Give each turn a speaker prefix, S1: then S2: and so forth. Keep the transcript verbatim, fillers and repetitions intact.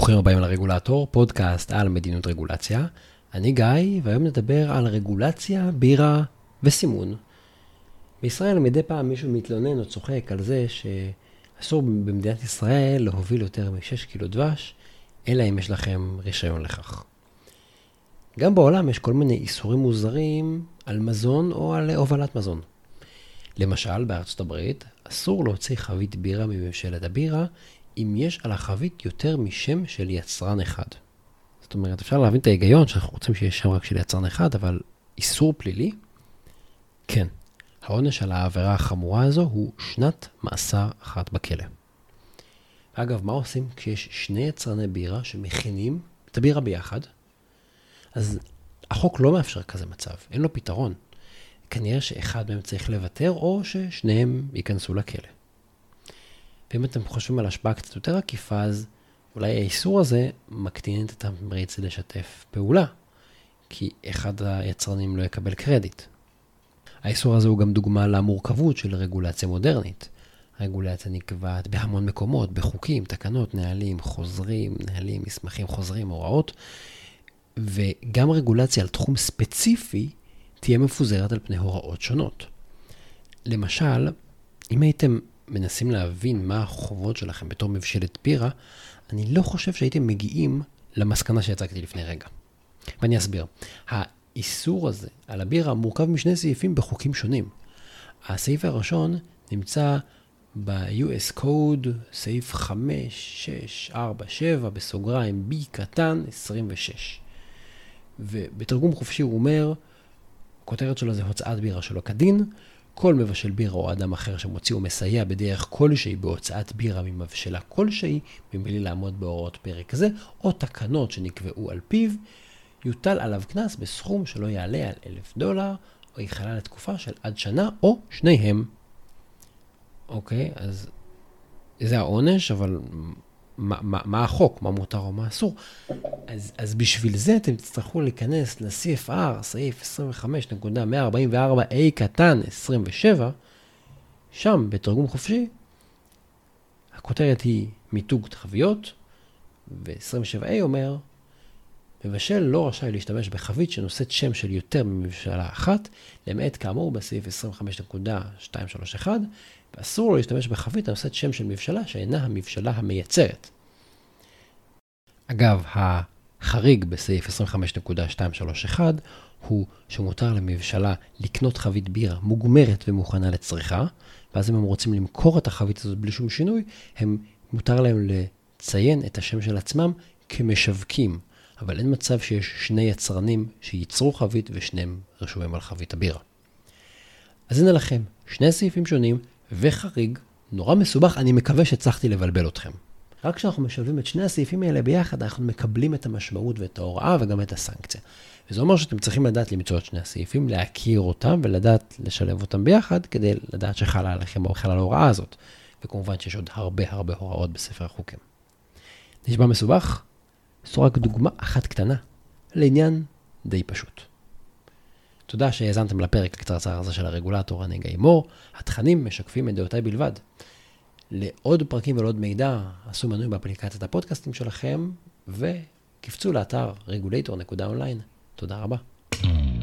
S1: ברוכים הבאים לרגולטור, פודקאסט על מדיניות רגולציה. אני גיא, והיום נדבר על רגולציה, בירה וסימון. בישראל מדי פעם מישהו מתלונן או צוחק על זה שאסור במדינת ישראל להוביל יותר מ-שש קילו דבש, אלא אם יש לכם רישיון לכך. גם בעולם יש כל מיני איסורים מוזרים על מזון או על הובלת מזון. למשל, בארצות הברית אסור להוציא חבית בירה מממשלת הבירה, אם יש על החבית יותר משם של יצרן אחד. זאת אומרת, אפשר להבין את ההיגיון שאנחנו רוצים שיש שם רק של יצרן אחד, אבל איסור פלילי? כן. העונש על העבירה החמורה הזו הוא שנת מאסר אחת בכלא. אגב, מה עושים כשיש שני יצרני בירה שמכינים את הבירה ביחד? אז החוק לא מאפשר כזה מצב, אין לו פתרון. כנראה שאחד מהם צריך לוותר, או ששניהם ייכנסו לכלא. ואם אתם חושבים על השפעה קצת יותר עקיפה, אז אולי האיסור הזה מקטין את התמריץ לשתף פעולה, כי אחד היצרנים לא יקבל קרדיט. האיסור הזה הוא גם דוגמה למורכבות של רגולציה מודרנית. הרגולציה נקבעת בהמון מקומות, בחוקים, תקנות, נהלים, חוזרים, נהלים, מסמכים, חוזרים, הוראות, וגם רגולציה על תחום ספציפי תהיה מפוזרת על פני הוראות שונות. למשל, אם הייתם מנסים להבין מה החובות שלכם בתור מבשלת בירה, אני לא חושב שהייתם מגיעים למסקנה שיצגתי לפני רגע. ואני אסביר. האיסור הזה על הבירה מורכב משני סעיפים בחוקים שונים. הסעיף הראשון נמצא ב-יו אס Code, סעיף חמש, שש, ארבע, שבע, בסוגריים, B קטן, עשרים ושש. ובתרגום חופשי הוא אומר, הכותרת שלו זה הוצאת בירה שלא כדין, כל מבשל בירה או אדם אחר שמוציא או מסייע בדרך כלשהי בהוצאת בירה ממבשלה כלשהי, מבלי לעמוד בהוראות פרק זה, או תקנות שנקבעו על פיו, יוטל עליו קנס בסכום שלא יעלה על אלף דולר, או ייכלל לתקופה של עד שנה, או שניהם. אוקיי, אז זה העונש, אבל מה, מה, מה החוק, מה מותר או מה אסור? אז, אז בשביל זה אתם תצטרכו להיכנס ל-סי אף אר, סעיף עשרים וחמש נקודה מאה ארבעים וארבע איי קטן עשרים ושבע, שם בתרגום חופשי, הכותרת היא מיתוג חביות, ו-עשרים ושבע איי אומר, מבשל לא רשאי להשתמש בחבית שנושאת שם של יותר ממבשלה אחת, למעט כאמור בסעיף עשרים וחמש נקודה מאתיים שלושים ואחת, ואסור לו להשתמש בחבית הנושאת שם של מבשלה שאינה המבשלה המייצרת. אגב, החריג בסעיף עשרים וחמש נקודה מאתיים שלושים ואחת הוא שמותר למבשלה לקנות חבית בירה מוגמרת ומוכנה לצריכה, ואז אם הם רוצים למכור את החבית הזאת בלי שום שינוי, הם מותר להם לציין את השם של עצמם כמשווקים. אבל אין מצב שיש שני יצרנים שייצרו חבית ושניהם רשומים על חבית הבירה. אז הנה לכם, שני סעיפים שונים וחריג, נורא מסובך, אני מקווה שהצלחתי לבלבל אתכם. רק כשאנחנו משלבים את שני הסעיפים האלה ביחד, אנחנו מקבלים את המשמעות ואת ההוראה וגם את הסנקציה. וזה אומר שאתם צריכים לדעת למצוא את שני הסעיפים, להכיר אותם ולדעת לשלב אותם ביחד, כדי לדעת שחלה עליכם או חלה על ההוראה הזאת. וכמובן שיש עוד הרבה הרבה הוראות בספר החוקים. נשמע מסובך? זו רק דוגמה אחת קטנה, לעניין די פשוט. תודה שהאזנתם לפרק הקצרצר הזה של הרגולטור, אני גיא מור. התכנים משקפים את דעותיי בלבד. לעוד פרקים ולעוד מידע, עשו מנוי באפליקציית הפודקאסטים שלכם, וקפצו לאתר רגולטור נקודה אונליין. תודה רבה.